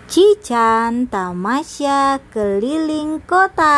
Cican tamasya keliling kota.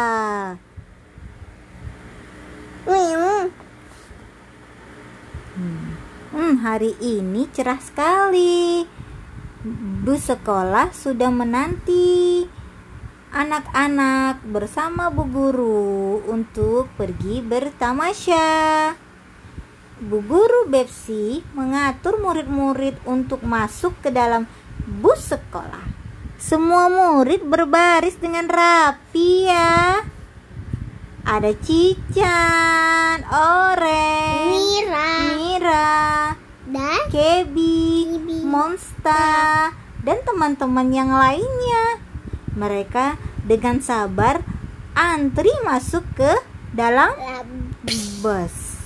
Hari ini cerah sekali. Bus sekolah sudah menanti anak-anak bersama Bu Guru untuk pergi bertamasya. Bu Guru Bepsi mengatur murid-murid untuk masuk ke dalam bus sekolah. Semua murid berbaris dengan rapi ya. Ada Cican, Oren, Mira, dan Kebi, Monsta, dan teman-teman yang lainnya. Mereka dengan sabar antri masuk ke dalam bus.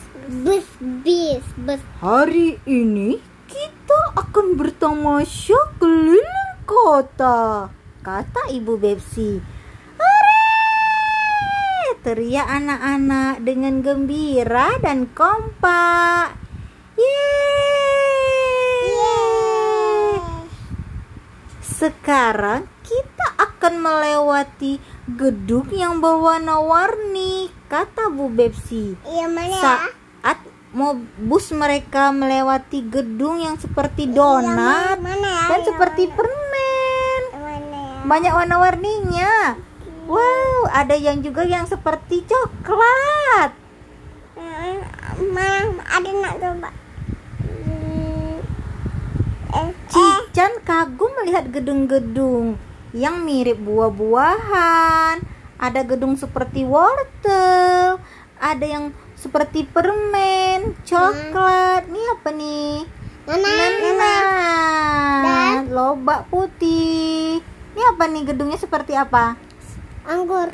Hari ini kita akan bertamasya keliling kota, kata Ibu Bepsi. Hore! Teriak anak-anak dengan gembira dan kompak. Yeay! Sekarang kita akan melewati gedung yang berwarna-warni, kata Bu Bepsi. Saat bus mereka melewati gedung yang seperti donat dan seperti permen. Banyak warna-warninya. Wow, ada yang juga yang seperti coklat. Ada nak coba. Cican kagum melihat gedung-gedung yang mirip buah-buahan. Ada gedung seperti wortel, ada yang seperti permen, coklat. Ini apa nih? Nanas, lobak putih. Ini apa nih, gedungnya seperti apa? Anggur.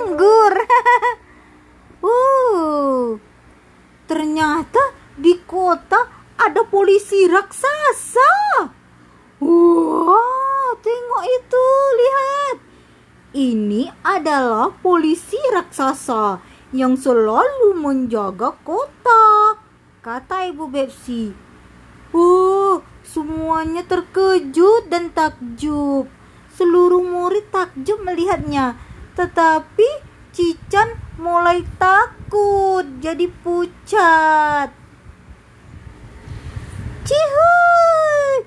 Ternyata di kota ada polisi raksasa. Wow, tengok itu, lihat. Ini adalah polisi raksasa yang selalu menjaga kota, kata Ibu Bepsi. Semuanya terkejut dan takjub. Seluruh murid takjub melihatnya, tetapi Cican mulai takut jadi pucat. Cihuy!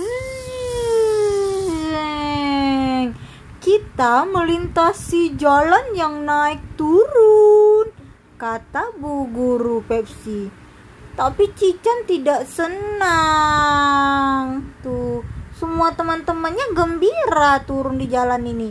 Zeng! Kita melintasi jalan yang naik turun, kata Bu Guru Bepsi. Tapi Cican tidak senang. Tuh, semua teman-temannya gembira turun di jalan ini.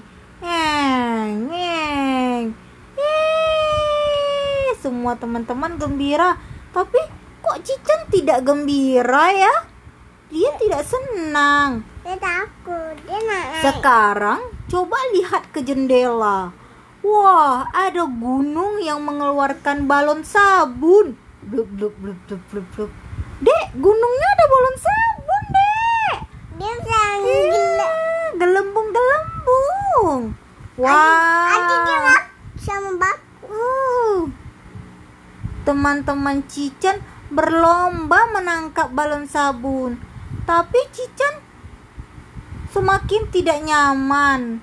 Semua teman-teman gembira. Tapi kok Cican tidak gembira ya? Dia tidak senang. Dia takut. Dia naik. Sekarang coba lihat ke jendela. Wah, ada gunung yang mengeluarkan balon sabun. Blub blub blub blub blub blub. Dek, gunungnya ada balon sabun, Dek. Dia sangat gelembung-gelembung. Wah. Adik dia sama baku. Teman-teman Cican berlomba menangkap balon sabun. Tapi Cican semakin tidak nyaman.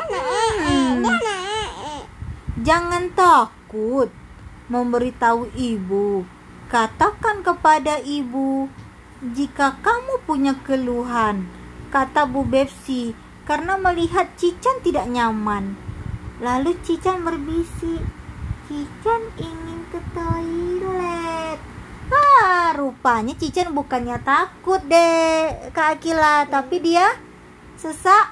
Jangan takut memberitahu ibu. Katakan kepada ibu jika kamu punya keluhan, kata Bu Bepsi karena melihat Cican tidak nyaman. Lalu Cican berbisik, Cican ingin ke toilet. Rupanya Cican bukannya takut deh Kak Akila, tapi dia sesak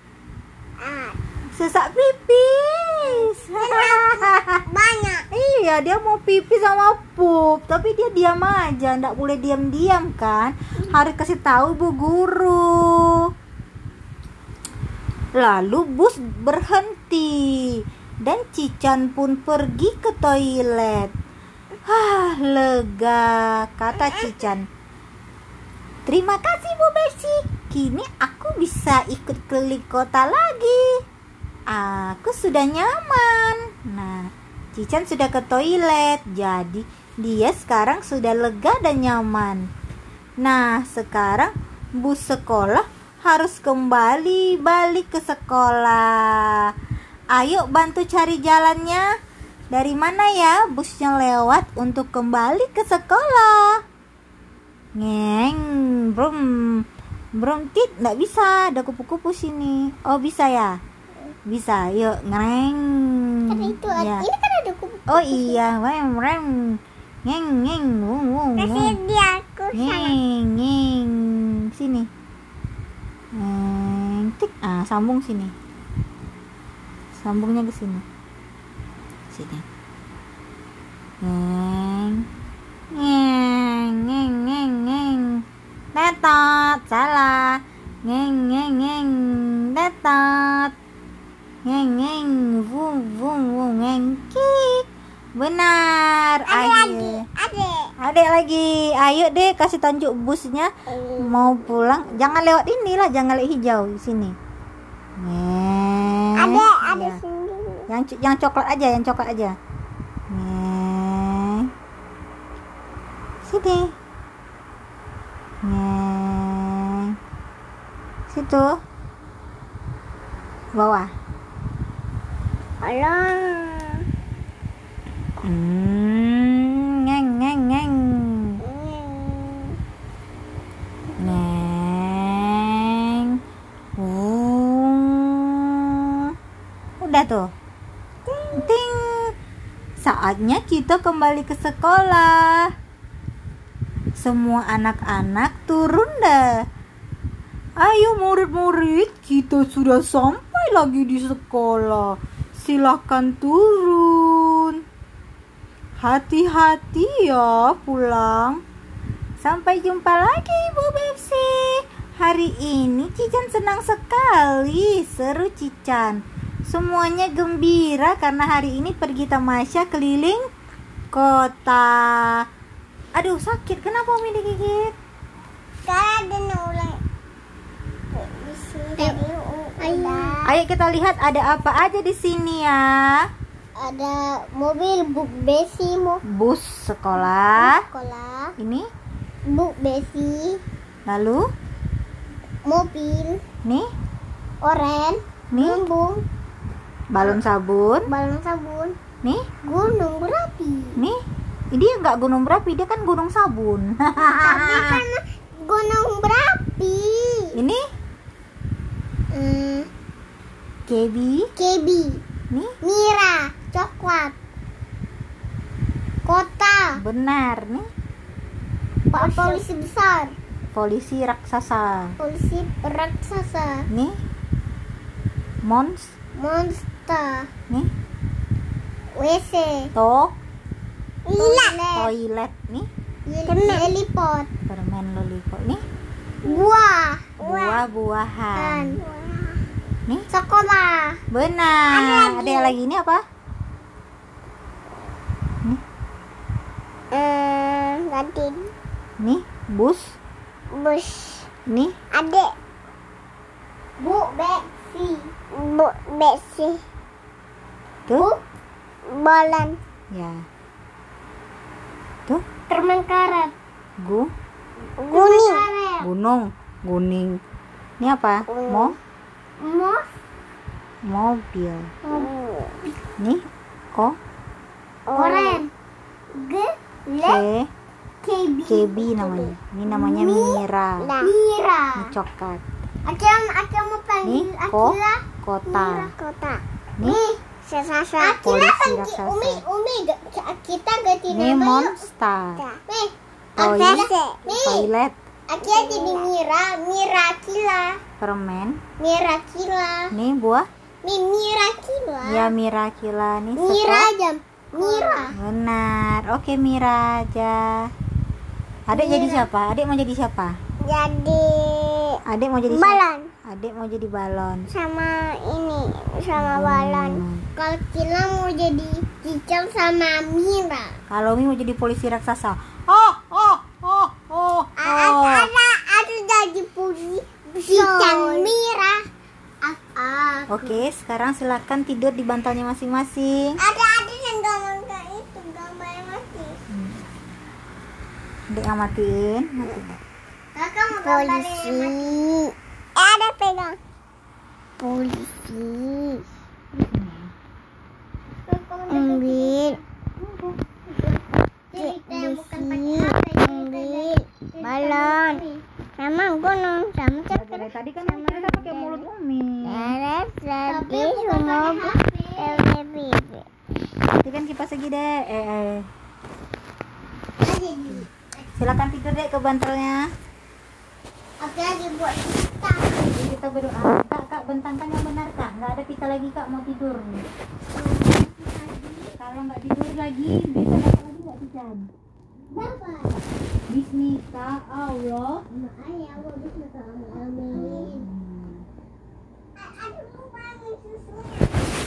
pipis. Banyak. Iya, dia mau pipis sama pup, tapi dia diam aja, ndak boleh diam-diam kan. Harus kasih tahu Bu Guru. Lalu bus berhenti dan Cican pun pergi ke toilet. Lega, kata Cican. Terima kasih Bu Bepsi. Kini aku bisa ikut keliling kota lagi. Aku sudah nyaman. Nah, Cican sudah ke toilet, jadi dia sekarang sudah lega dan nyaman. Nah, sekarang bus sekolah harus kembali balik ke sekolah. Ayo bantu cari jalannya. Dari mana ya busnya lewat untuk kembali ke sekolah? Ngeng, brum tit, nggak bisa, ada kupu-kupu sini. Oh bisa ya? Bisa, yuk ngereng. Kan itu Ya. ini kan ada kupu. Oh iya, rem, ngeng, ngeng, wung, wung, Kasih wung. dia aku sama. Ngeng, ngeng, sini. Ngeng, tik, sambung sini. Sambungnya ke sini. Sini. Ngeng, ngeng, ngeng, ngeng, ngeng. Tetot, salah. Ngeng, ngeng, ngeng, tetot. Ngeng, ngeng, vung, vung, vung, ngeng, kik. Benar. Ayo. Adek lagi. Ayo deh kasih tunjuk busnya. Mau pulang. Jangan lewat inilah, jangan lewat hijau di sini. Ada Ya. sendiri. Yang coklat aja, yang coklat aja. Sini. Situ. Bawah. Alah. Ngeng, ngeng, ngeng. Ngeng. Udah tuh. Ting. Saatnya kita kembali ke sekolah. Semua anak-anak turun dah. Ayo murid-murid, kita sudah sampai lagi di sekolah. Silakan turun. Hati-hati ya pulang. Sampai jumpa lagi Ibu Bepsi. Hari ini Cican senang sekali. Seru Cican. Semuanya gembira karena hari ini pergi tamasya keliling kota. Aduh sakit, kenapa Umi digigit? Sekarang ada ulang. Di sini tadi udah. Ayo kita lihat ada apa aja di sini ya. Ada mobil Bu Besi mau Bus sekolah. sekolah. Ini, Bu Besi lalu mobil nih, oren nih lumbung balon sabun. balon sabun Nih, gunung berapi. nih. Dia nggak gunung berapi, dia kan gunung sabun. Tapi kan gunung berapi. Ini Kebi. Kebi Nih, Mira coklat kota benar nih. Pak polisi besar Polisi raksasa. polisi raksasa Nih, monster nih, WC toilet nih, teleport permen lollipop nih, buah-buahan. Nih, sekolah benar. Ada yang lagi ini apa? kantin Nih, bus. Nih, adek Bu Besi tuh. Bolan Ya. Tuh, permen karet gunung, guning. Ini apa? Mobil. Nih, oren Kebi namanya. Ini namanya Mira. Mira Ini coklat. Akila mau panggil Nih, Akila kota. kota Nih, Akila polisi panggil raksasa. Umi kita ganti Ini nama yuk. monster. Nih Toilet. Akila jadi Mira Akila Permen. Mira Akila Nih buah. Nih Mira Akila Ya, Mira Kila. Nih Mira jam Mira benar. Oke, Mira aja. Adek jadi siapa? Adek mau jadi siapa? jadi Adek mau jadi balon Adek mau jadi balon. sama ini sama balon. Kalau Kila mau jadi Cicel sama Mira. Kalau Mi mau jadi polisi raksasa. Ada jadi polisi Cicel Mira. Oke, sekarang silakan tidur di bantalnya masing-masing. Ada yang gambar itu gambar mati. Adek yang matiin. Kakak mau gambar polisi. pegang. Polisi. Ambil. Ambil balon. Sama gunung, sama Dari tadi kan kita pakai mulut Umi. tadi semua TV. Nanti kan kipas lagi deh. Silakan tidur deh ke bantalnya. Oke, lagi buat kita. Jadi kita berdoa. Kak, bentangkan yang benar kak. Nggak ada kita lagi kak mau tidur. Kalau nggak tidur lagi, bisa dapat lagi nggak Tijan? Dapat. Bismillah Allah. Ayah, aku bisa amin. Aduh, lupa nih susunya.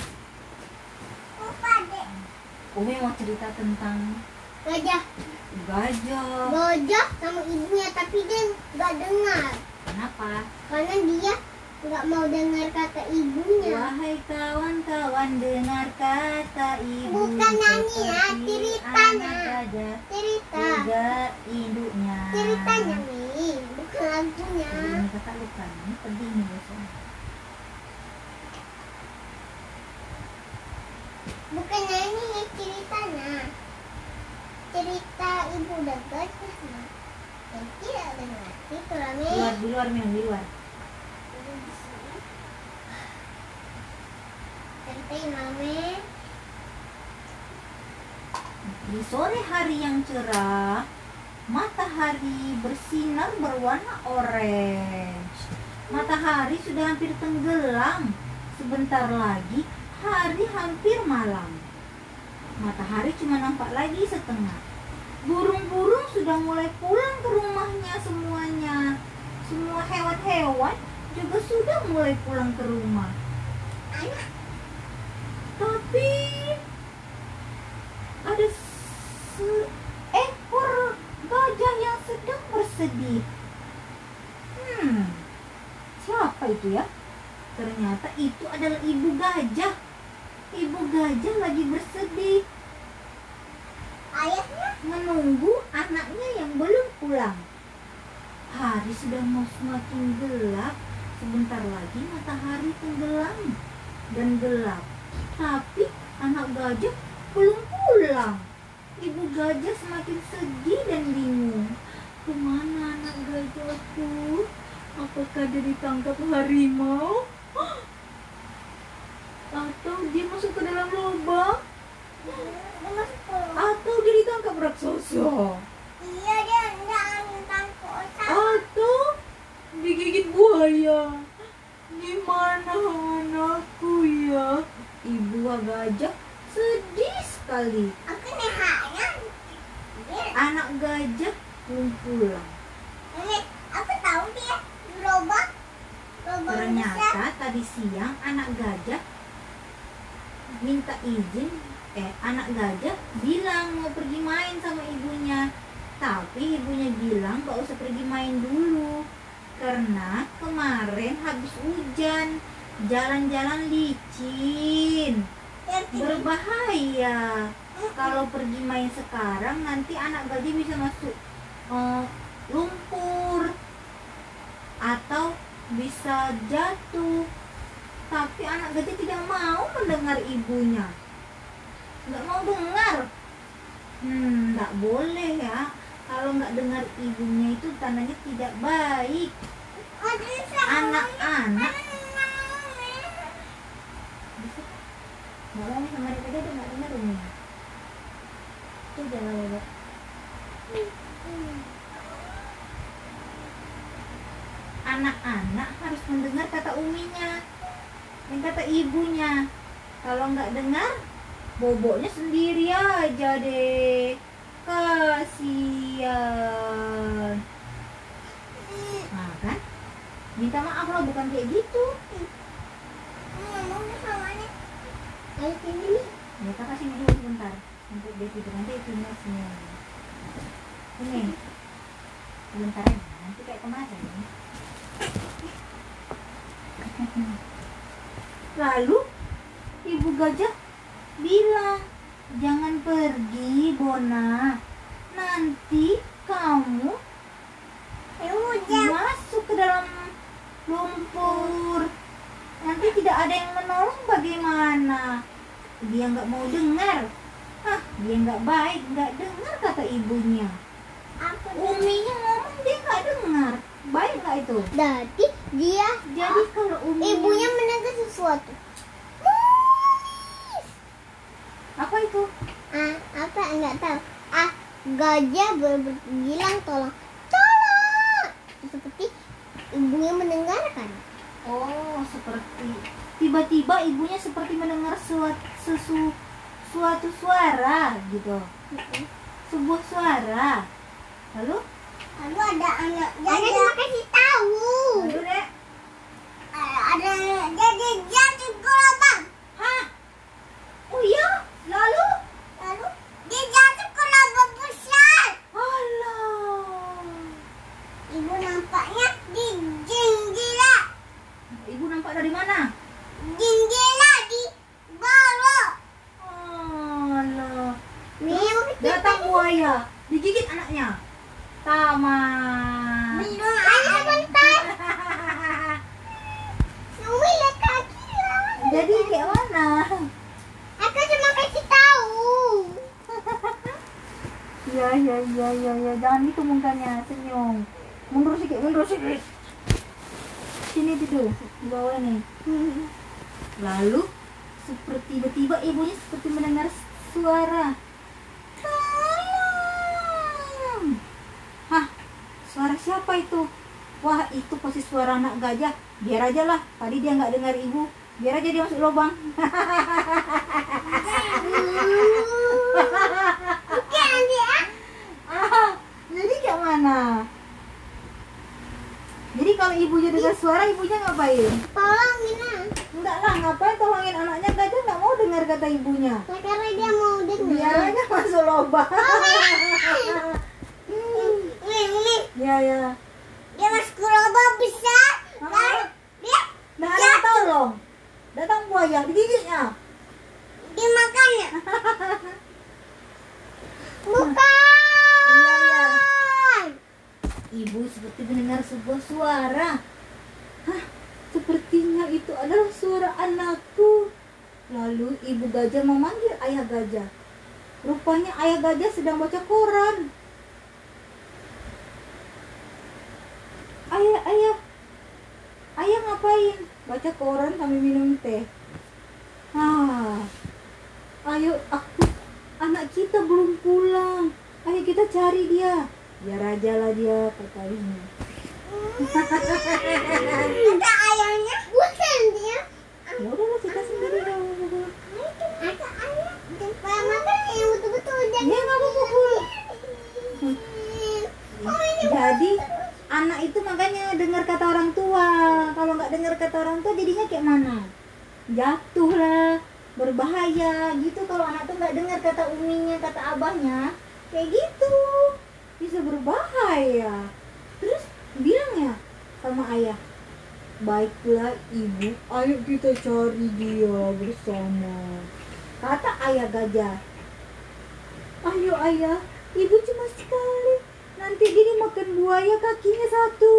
Lupa deh. Umi mau cerita tentang Gajah. gajah. Sama ibunya, tapi dia nggak dengar. Kenapa? Karena dia nggak mau dengar kata ibunya. Wahai kawan-kawan, dengar kata ibu. Bukan nyanyi ya, seperti ceritanya. anak gajah Cerita. jaga induknya. Ceritanya nih, bukan lagunya. Ini kakak lupa, ini penting nih besok. Bukan nyanyi ya, ceritanya. Cerita ibu dan gajah. Yang tidak dengar itu Rami. Di luar minum di luar. Ceritain Rami. Di sore hari yang cerah, matahari bersinar berwarna orange. Matahari sudah hampir tenggelam. Sebentar lagi hari hampir malam. Matahari cuma nampak lagi setengah. Burung-burung sudah mulai pulang ke rumahnya semuanya. Semua hewan-hewan juga sudah mulai pulang ke rumah. Tapi ada seekor gajah yang sedang bersedih. Siapa itu ya? Ternyata itu adalah ibu gajah. Ibu gajah lagi bersedih Ayahnya menunggu anaknya yang belum pulang. Hari sudah mau semakin gelap. Sebentar lagi matahari tenggelam dan gelap. Tapi anak gajah belum pulang. Ibu gajah semakin sedih dan bingung. Kemana anak gajahku? Apakah dia ditangkap harimau? Atau dia masuk ke dalam lubang? Atau dia ditangkap raksasa? Iya, dia nggak tangkap otak. Atau digigit buaya? Gimana anakku ya? Ibu gajah sedih sekali. Aku nehaknya. Anak gajah belum pulang. Aku tahu dia lubang. Ternyata tadi siang anak gajah minta izin. Anak gajah bilang mau pergi main sama ibunya. Tapi ibunya bilang gak usah pergi main dulu. Karena kemarin habis hujan. Jalan-jalan licin. Berbahaya. Kalau pergi main sekarang nanti anak gajah bisa masuk lumpur. Atau bisa jatuh. Tapi anak gajah tidak mau mendengar ibunya. Nggak mau dengar. Nggak boleh ya. Kalau nggak dengar ibunya itu tandanya tidak baik. Anak-anak nggak mau sama mereka aja nggak dengar ini. Itu jalan lewat. Anak-anak harus mendengar kata uminya dan kata ibunya. Kalau nggak dengar, boboknya sendiri aja deh. Kasian. Nah kan, minta maaf loh, bukan kayak gitu. Ayo sini nih. Ya kita kasih dulu sebentar sampai dia tidur, nanti itunya semua. Ini sebentar ya, nanti kayak kemarin. Lalu ibu gajah bilang, jangan pergi Bona, nanti kamu masuk ke dalam lumpur. Nanti tidak ada yang menolong bagaimana? Dia nggak mau dengar. Dia nggak baik, nggak dengar kata ibunya. Uminya ngomong dia nggak dengar. Baik nggak itu? Jadi Kalau ibunya mendengar sesuatu. apa itu? Apa enggak tahu. Gajah bilang tolong. Seperti ibunya mendengarkan. Oh, seperti tiba-tiba ibunya seperti mendengar suatu suara gitu. Sebuah suara. Lalu ada anak gajah. Cuma kasih tahu. Lalu, Dek? Ada gajah jatuh ke lubang. Hah? Oh iya? Lalu Dia jatuh ke lubang besar. alah. Ibu nampaknya di jendela. Ibu nampak dari mana? Jendela di bawah. Alah. Memang Datang buaya, digigit anaknya. Tamat. belum ada bentar. Umi lihat kaki lah. Jadi kayak mana? Aku cuma kasih tahu. Ya. Jangan gitu mukanya, senyum. Mundur sedikit. Sini duduk, di bawah nih. Lalu, seperti tiba-tiba ibunya seperti mendengar suara. Tolong. Hah, suara siapa itu? Wah, itu pasti suara anak gajah. Biar aja lah, tadi dia nggak dengar ibu. Biar aja dia masuk lubang. Jadi kayak mana? Jadi kalau ibunya dengar suara, ibunya ngapain? Tolong Mina. Enggak lah, ngapain tolongin anaknya? Gajah nggak mau dengar kata ibunya. Karena dia mau dengar. Biar aja masuk lubang. Ini. Ya. Dia masuk ke lubang besar. Lalu dia Nah, tolong. Datang buaya, digigitnya. dimakannya. Bukan. Iya. Ibu seperti mendengar sebuah suara. Hah, sepertinya itu adalah suara anakku. Lalu ibu gajah memanggil ayah gajah. Rupanya ayah gajah sedang baca koran. Ayah ngapain? Baca koran sambil minum teh. Ayo anak kita belum pulang. Ayo kita cari dia. Biar aja lah dia katanya. Ada ayahnya. Bukan dia. Ya udahlah kita sendiri dong. Ada ayah. Makan yang betul-betul dia. Ya nggak apa-apa Bu. Jadi anak itu makanya dengar kata orang tua. Kalau nggak dengar kata orang tua jadinya kayak mana? Jatuh lah, berbahaya gitu. Kalau anak tuh nggak dengar kata uminya, kata abahnya, kayak gitu bisa berbahaya. Terus bilang ya sama ayah, baiklah ibu, ayo kita cari dia bersama. Kata ayah gajah, ayo ayah, ibu cuma sekali, nanti dia makan buaya kakinya satu.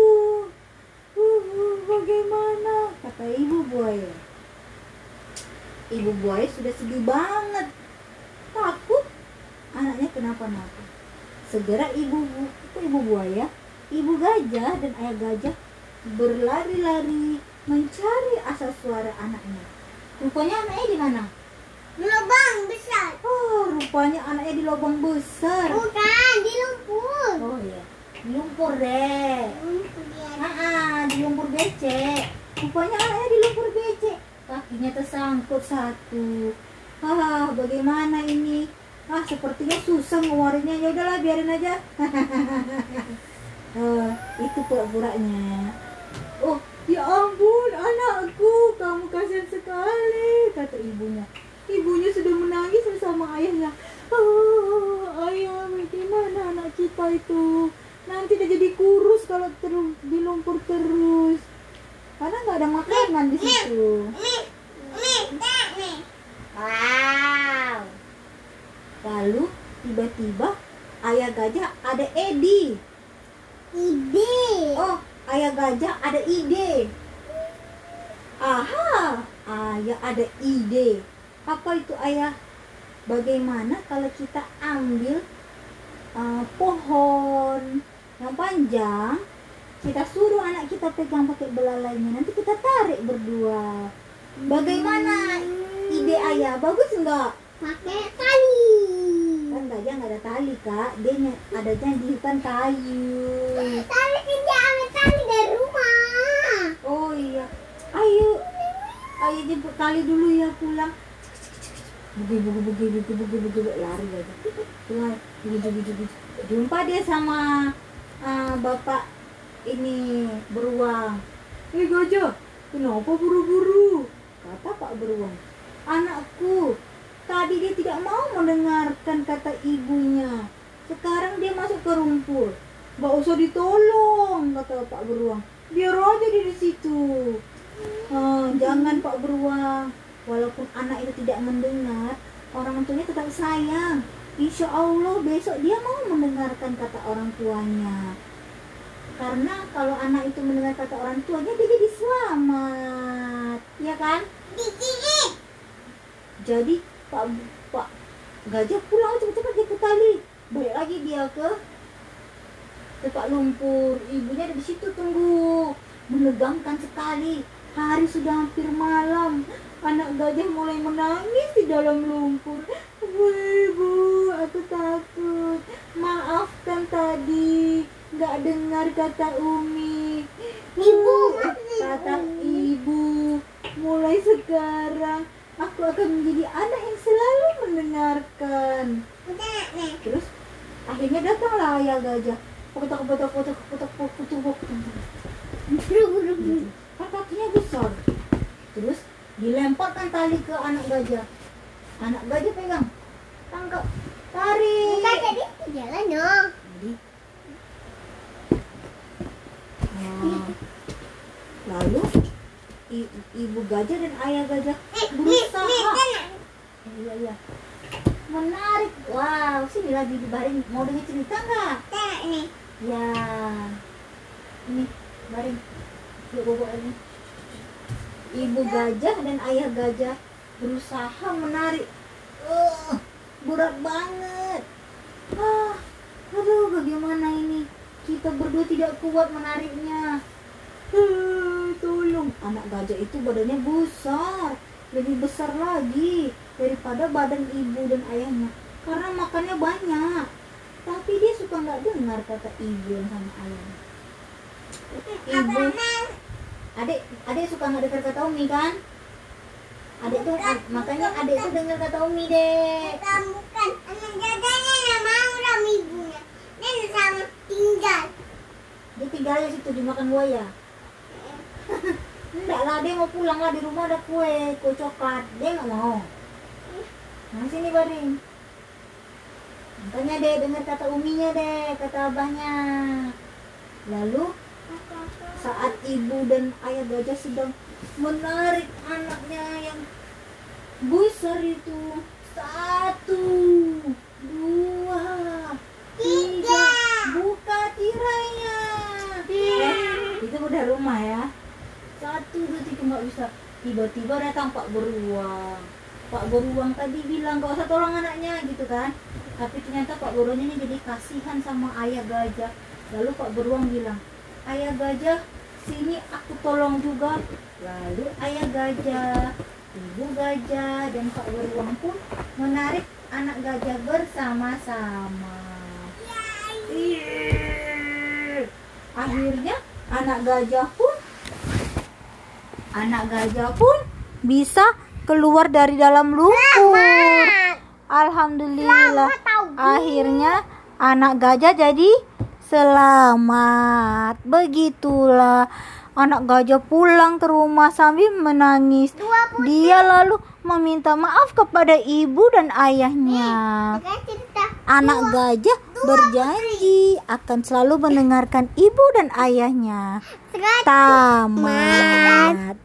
Bagaimana? Kata ibu buaya. Ibu buaya sudah sedih banget, takut anaknya kenapa-napa. Segera ibu buaya, ibu gajah dan ayah gajah berlari-lari mencari asal suara anaknya. Rupanya anaknya di mana? Lubang besar. Oh, rupanya anaknya di lubang besar. Bukan, di lumpur. Oh iya, di lumpur deh. Di lumpur becek. Rupanya anaknya di lumpur becek. Kakinya tersangkut satu. Bagaimana ini? Sepertinya susah ngeluarinnya. Ya udahlah, biarin aja. Itu pura-puranya. Oh, ya ampun anakku, kamu kasihan sekali, kata ibunya. Ibunya sudah menangis bersama ayahnya. Ayah, bagaimana anak kita itu? Nanti dia jadi kurus kalau terus di lumpur terus. Karena nggak ada makanan di situ. Nih. Wow. Lalu tiba-tiba ayah gajah ada ide. Ide. Oh, ayah gajah ada ide. Aha, ayah ada ide. Apa itu ayah? Bagaimana kalau kita ambil pohon yang panjang, kita suruh anak kita pegang pakai belalainya, nanti kita tarik berdua. Bagaimana ide ayah? Bagus enggak? Pakai tali. Kan gajah nggak ada tali kak, dia adanya di hutan kayu. Tali tidak ambil tali dari rumah. Oh iya, ayo jemput tali dulu ya pulang. Bugi, lari aja. Pulang, bugi. Jumpa dia sama bapak ini beruang. Gajah, kenapa buru-buru? Kata Pak Beruang, anakku, tadi dia tidak mau mendengarkan kata ibunya. Sekarang dia masuk ke rumput. Nggak usah ditolong, kata Pak Beruang. Biar aja dia di situ. Jangan Pak Beruang. Walaupun anak itu tidak mendengar, orang tuanya tetap sayang. Insya Allah besok dia mau mendengarkan kata orang tuanya. Karena kalau anak itu mendengar kata orang tuanya, dia jadi selamat, ya kan? Jadi Pak Gajah pulang cepat-cepat dia ke tali. Balik lagi dia ke tempat lumpur. Ibunya ada di situ tunggu. Menegangkan sekali. Hari sudah hampir malam. Anak gajah mulai menangis di dalam lumpur. Ibu, aku takut. Maafkan tadi, nggak dengar kata Umi. Ibu, kata ibu, mulai sekarang aku akan menjadi anak yang selalu mendengarkan. Terus akhirnya datanglah ayah gajah. Potok. Kan kakinya besar. Terus dilemparkan tali ke anak gajah. Anak gajah pegang, tangkap, tarik. Bukan jadi jalan dong. Lalu ibu gajah dan ayah gajah berusaha iya menarik. Wow, sini lagi di baring. Mau dengar cerita nggak? Nih. Ya, ini baring. Yuk bobo ini. Ibu gajah dan ayah gajah berusaha menarik. Berat banget. Aduh, bagaimana ini? Kita berdua tidak kuat menariknya. Tolong. Anak gajah itu badannya besar, lebih besar lagi daripada badan ibu dan ayahnya, karena makannya banyak. Tapi dia suka nggak dengar kata ibu sama ayahnya. Adik suka nggak dengar kata Umi kan? Adik tuh makanya adik tuh dengar kata Umi deh. Bukan. Anak gajahnya yang mau sama ibunya. Dia sama tinggal. Dia tinggal di situ dimakan buaya. Enggak lah, dia mau pulang lah, di rumah ada kue coklat. Dia nggak mau. Nah sini baring. Makanya deh dengar kata Uminya deh, kata abahnya. Lalu saat ibu dan ayah gajah sedang menarik anaknya yang besar itu, 1, 2, 3, buka tirainya. Itu udah rumah ya. 1, 2, 3 nggak bisa. Tiba-tiba datang Pak Beruang. Pak Beruang tadi bilang gak usah tolong anaknya gitu kan. Tapi ternyata Pak Beruang ini jadi kasihan sama ayah gajah. Lalu Pak Beruang bilang, ayah gajah, sini aku tolong juga. Lalu ayah gajah, ibu gajah, dan Pak Beruang pun menarik anak gajah bersama-sama. Akhirnya anak gajah pun bisa keluar dari dalam lumpur. Alhamdulillah. Akhirnya anak gajah jadi selamat. Begitulah anak gajah pulang ke rumah sambil menangis. Dia lalu meminta maaf kepada ibu dan ayahnya. Anak gajah berjanji akan selalu mendengarkan ibu dan ayahnya. Tamat.